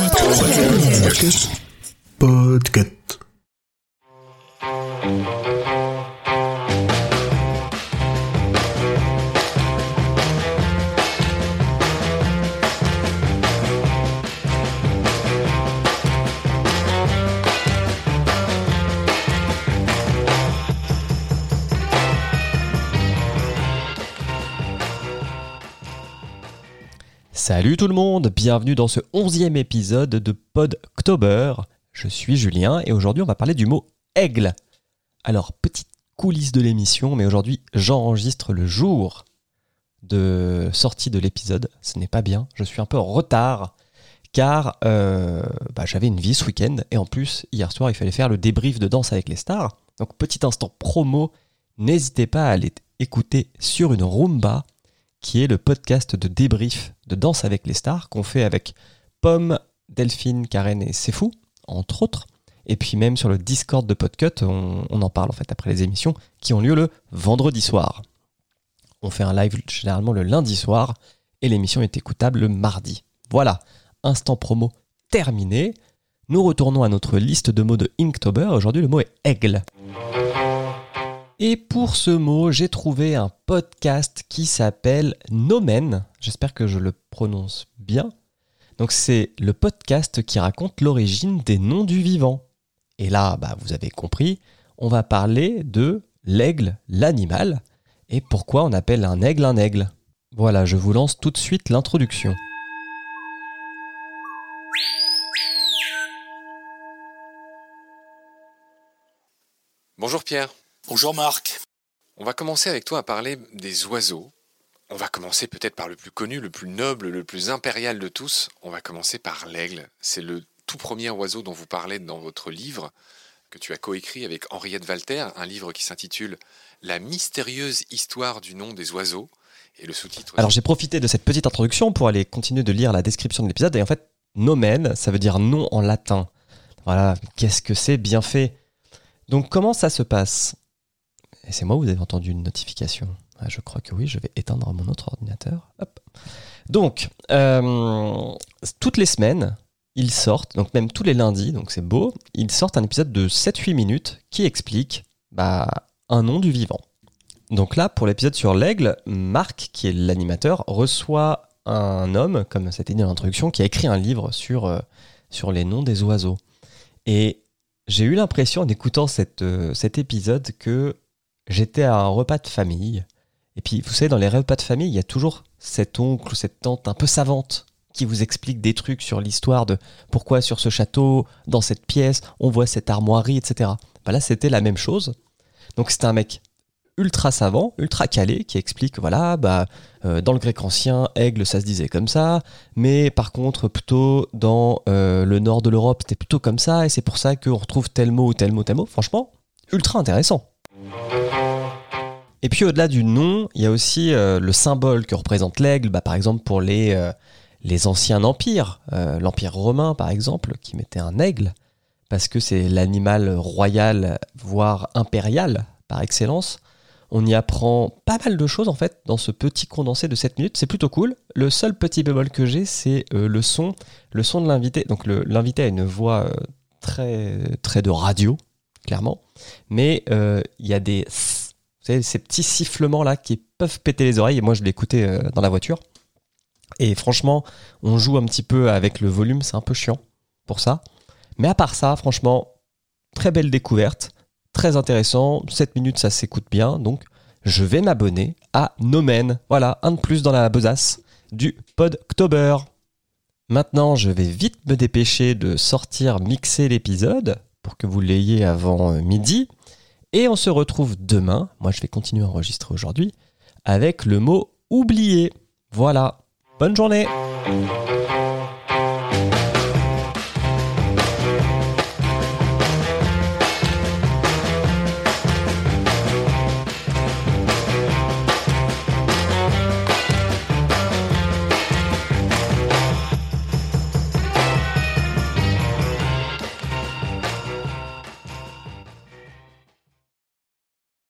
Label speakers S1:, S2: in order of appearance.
S1: Podcast.
S2: Salut tout le monde, bienvenue dans ce 11e épisode de Podctober. Je suis Julien et aujourd'hui on va parler du mot aigle. Alors, petite coulisse de l'émission, mais aujourd'hui j'enregistre le jour de sortie de l'épisode. Ce n'est pas bien, je suis un peu en retard car j'avais une vie ce week-end et en plus hier soir il fallait faire le débrief de Danse avec les stars. Donc petit instant promo, n'hésitez pas à aller écouter Sur une Roomba, qui est le podcast de débrief de Danse avec les stars qu'on fait avec Pomme, Delphine, Karen et C'est Fou, entre autres. Et puis même sur le Discord de Podcut, on en parle en fait après les émissions qui ont lieu le vendredi soir. On fait un live généralement le lundi soir et l'émission est écoutable le mardi. Voilà, instant promo terminé. Nous retournons à notre liste de mots de Inktober. Aujourd'hui, le mot est aigle. Et pour ce mot, j'ai trouvé un podcast qui s'appelle Nomen. J'espère que je le prononce bien. Donc c'est le podcast qui raconte l'origine des noms du vivant. Et là, vous avez compris, on va parler de l'aigle, l'animal, et pourquoi on appelle un aigle un aigle. Voilà, je vous lance tout de suite l'introduction.
S3: Bonjour Pierre.
S4: Bonjour Marc.
S3: On va commencer avec toi à parler des oiseaux. On va commencer peut-être par le plus connu, le plus noble, le plus impérial de tous. On va commencer par l'aigle. C'est le tout premier oiseau dont vous parlez dans votre livre, que tu as coécrit avec Henriette Walter, un livre qui s'intitule « La mystérieuse histoire du nom des oiseaux ». Et le sous-titre...
S2: Alors j'ai profité de cette petite introduction pour aller continuer de lire la description de l'épisode. Et en fait, nomen, ça veut dire nom en latin. Voilà, qu'est-ce que c'est bien fait. Donc comment ça se passe ? Et c'est moi, vous avez entendu une notification. Je crois que oui, je vais éteindre mon autre ordinateur. Hop. Donc, toutes les semaines, ils sortent, donc même tous les lundis, donc c'est beau, ils sortent un épisode de 7-8 minutes qui explique un nom du vivant. Donc là, pour l'épisode sur l'aigle, Marc, qui est l'animateur, reçoit un homme, comme c'était dit dans l'introduction, qui a écrit un livre sur les noms des oiseaux. Et j'ai eu l'impression, en écoutant cet épisode, que j'étais à un repas de famille. Et puis, vous savez, dans les repas de famille, il y a toujours cet oncle ou cette tante un peu savante qui vous explique des trucs sur l'histoire de pourquoi sur ce château, dans cette pièce, on voit cette armoirie, etc. Là, c'était la même chose. Donc, c'était un mec ultra savant, ultra calé, qui explique, dans le grec ancien, aigle, ça se disait comme ça, mais par contre, plutôt dans le nord de l'Europe, c'était plutôt comme ça, et c'est pour ça qu'on retrouve tel mot ou tel mot, tel mot. Franchement, ultra intéressant. Et puis au-delà du nom, il y a aussi le symbole que représente l'aigle, par exemple pour les anciens empires, l'empire romain par exemple, qui mettait un aigle, parce que c'est l'animal royal, voire impérial par excellence. On y apprend pas mal de choses en fait dans ce petit condensé de 7 minutes, c'est plutôt cool. Le seul petit bémol que j'ai, c'est le son de l'invité. Donc l'invité a une voix très, très de radio, clairement, mais il y a des... Vous savez, ces petits sifflements là qui peuvent péter les oreilles, et moi je l'ai écouté dans la voiture. Et franchement, on joue un petit peu avec le volume, c'est un peu chiant pour ça. Mais à part ça, franchement, très belle découverte, très intéressant. 7 minutes, ça s'écoute bien, donc je vais m'abonner à Nomen. Voilà, un de plus dans la besace du Podctober. Maintenant, je vais vite me dépêcher de mixer l'épisode pour que vous l'ayez avant midi. Et on se retrouve demain, moi je vais continuer à enregistrer aujourd'hui, avec le mot oublier. Voilà, bonne journée.